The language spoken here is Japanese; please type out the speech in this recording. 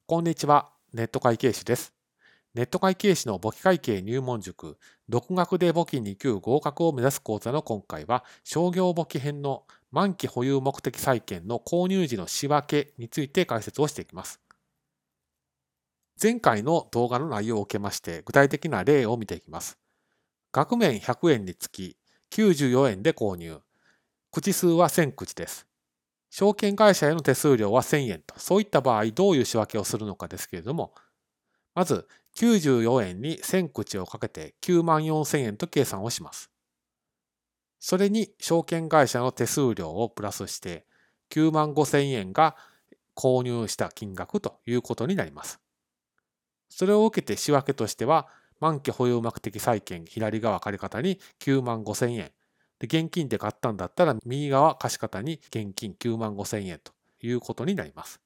こんにちは、ネット会計士です。ネット会計士の簿記会計入門塾、独学で簿記2級合格を目指す講座の今回は、商業簿記編の満期保有目的債券の購入時の仕分けについて解説をしていきます。前回の動画の内容を受けまして、具体的な例を見ていきます。額面100円につき94円で購入。口数は1000口です。証券会社への手数料は1000円と、そういった場合どういう仕分けをするのかですけれども、まず94円に1000口をかけて9万4000円と計算をします。それに証券会社の手数料をプラスして9万5000円が購入した金額ということになります。それを受けて仕分けとしては、満期保有目的債券左側借方に9万5000円。現金で買ったんだったら右側貸方に現金9万5000円ということになります。